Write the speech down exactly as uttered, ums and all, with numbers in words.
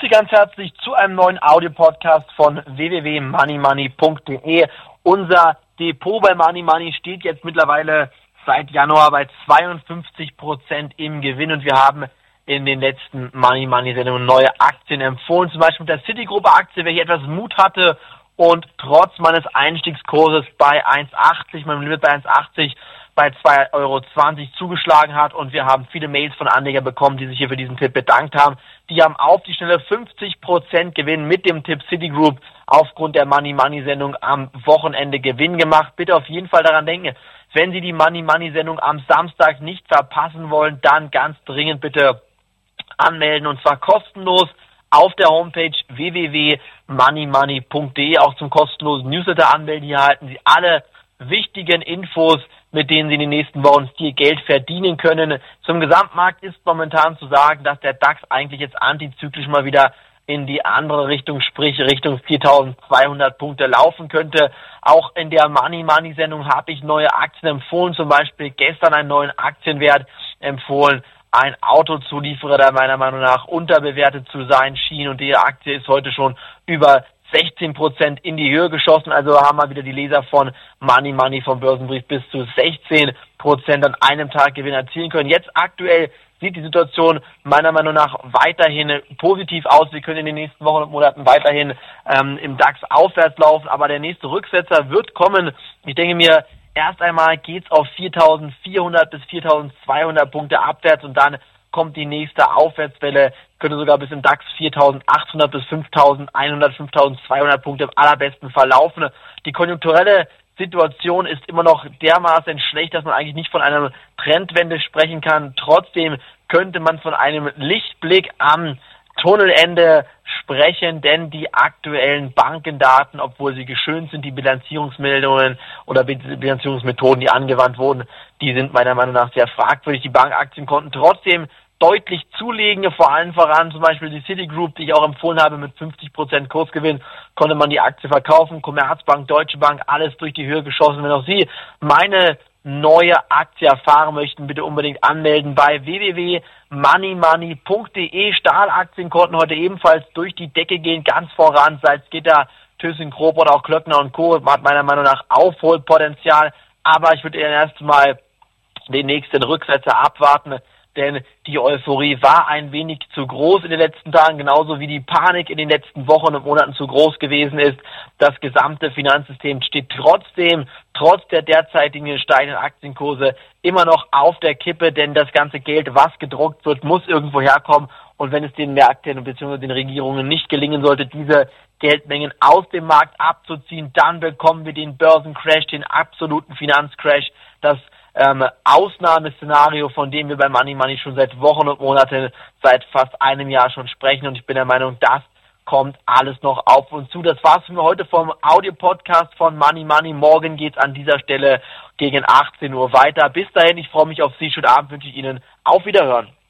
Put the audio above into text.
Sie ganz herzlich zu einem neuen Audio-Podcast von w w w punkt money money punkt d e. Unser Depot bei Money Money steht jetzt mittlerweile seit Januar bei zweiundfünfzig Prozent im Gewinn und wir haben in den letzten Money Money Sendungen neue Aktien empfohlen, zum Beispiel mit der Citigroup-Aktie, wer hier etwas Mut hatte und trotz meines Einstiegskurses bei eins achtzig, meinem Limit bei eins achtzig, bei zwei Euro zwanzig zugeschlagen hat, und wir haben viele Mails von Anlegern bekommen, die sich hier für diesen Tipp bedankt haben. Die haben auf die Schnelle fünfzig Prozent Gewinn mit dem Tipp Citigroup aufgrund der Money Money Sendung am Wochenende Gewinn gemacht. Bitte auf jeden Fall daran denken, wenn Sie die Money Money Sendung am Samstag nicht verpassen wollen, dann ganz dringend bitte anmelden, und zwar kostenlos auf der Homepage w w w punkt money money punkt d e. Auch zum kostenlosen Newsletter anmelden. Hier erhalten Sie alle wichtigen Infos, mit denen Sie in den nächsten Wochen viel Geld verdienen können. Zum Gesamtmarkt ist momentan zu sagen, dass der DAX eigentlich jetzt antizyklisch mal wieder in die andere Richtung, sprich Richtung viertausendzweihundert Punkte laufen könnte. Auch in der Money Money Sendung habe ich neue Aktien empfohlen, zum Beispiel gestern einen neuen Aktienwert empfohlen, ein Autozulieferer, der meiner Meinung nach unterbewertet zu sein schien, und die Aktie ist heute schon über sechzehn Prozent in die Höhe geschossen. Also haben wir wieder die Leser von Money Money vom Börsenbrief bis zu sechzehn Prozent an einem Tag Gewinn erzielen können. Jetzt aktuell sieht die Situation meiner Meinung nach weiterhin positiv aus. Wir können in den nächsten Wochen und Monaten weiterhin ähm, im DAX aufwärts laufen, aber der nächste Rücksetzer wird kommen. Ich denke mir, erst einmal geht's auf viertausendvierhundert bis viertausendzweihundert Punkte abwärts, und dann kommt die nächste Aufwärtswelle, könnte sogar bis im DAX viertausendachthundert bis fünftausendeinhundert, fünftausendzweihundert Punkte im allerbesten verlaufen. Die konjunkturelle Situation ist immer noch dermaßen schlecht, dass man eigentlich nicht von einer Trendwende sprechen kann. Trotzdem könnte man von einem Lichtblick am Tunnelende sprechen, denn die aktuellen Bankendaten, obwohl sie geschönt sind, die Bilanzierungsmeldungen oder Bilanzierungsmethoden, die angewandt wurden, die sind meiner Meinung nach sehr fragwürdig. Die Bankaktien konnten trotzdem deutlich zulegen, vor allem voran zum Beispiel die Citigroup, die ich auch empfohlen habe, mit fünfzig Prozent Kursgewinn konnte man die Aktie verkaufen. Commerzbank, Deutsche Bank, alles durch die Höhe geschossen. Wenn auch Sie meine neue Aktie erfahren möchten, bitte unbedingt anmelden bei w w w punkt money money punkt d e. Stahlaktien konnten heute ebenfalls durch die Decke gehen, ganz voran Salzgitter, ThyssenKrupp oder auch Klöckner und Co. hat meiner Meinung nach Aufholpotenzial, aber ich würde erst mal den nächsten Rücksetzer abwarten, denn die Euphorie war ein wenig zu groß in den letzten Tagen, genauso wie die Panik in den letzten Wochen und Monaten zu groß gewesen ist. Das gesamte Finanzsystem steht trotzdem, trotz der derzeitigen steigenden Aktienkurse, immer noch auf der Kippe, denn das ganze Geld, was gedruckt wird, muss irgendwo herkommen. Und wenn es den Märkten bzw. den Regierungen nicht gelingen sollte, diese Geldmengen aus dem Markt abzuziehen, dann bekommen wir den Börsencrash, den absoluten Finanzcrash, das Ähm, Ausnahmeszenario, von dem wir bei Money Money schon seit Wochen und Monaten, seit fast einem Jahr schon sprechen, und ich bin der Meinung, das kommt alles noch auf uns zu. Das war's für mich heute vom Audio-Podcast von Money Money. Morgen geht's an dieser Stelle gegen achtzehn Uhr weiter. Bis dahin, ich freue mich auf Sie. Schönen Abend wünsche ich Ihnen. Auf Wiederhören.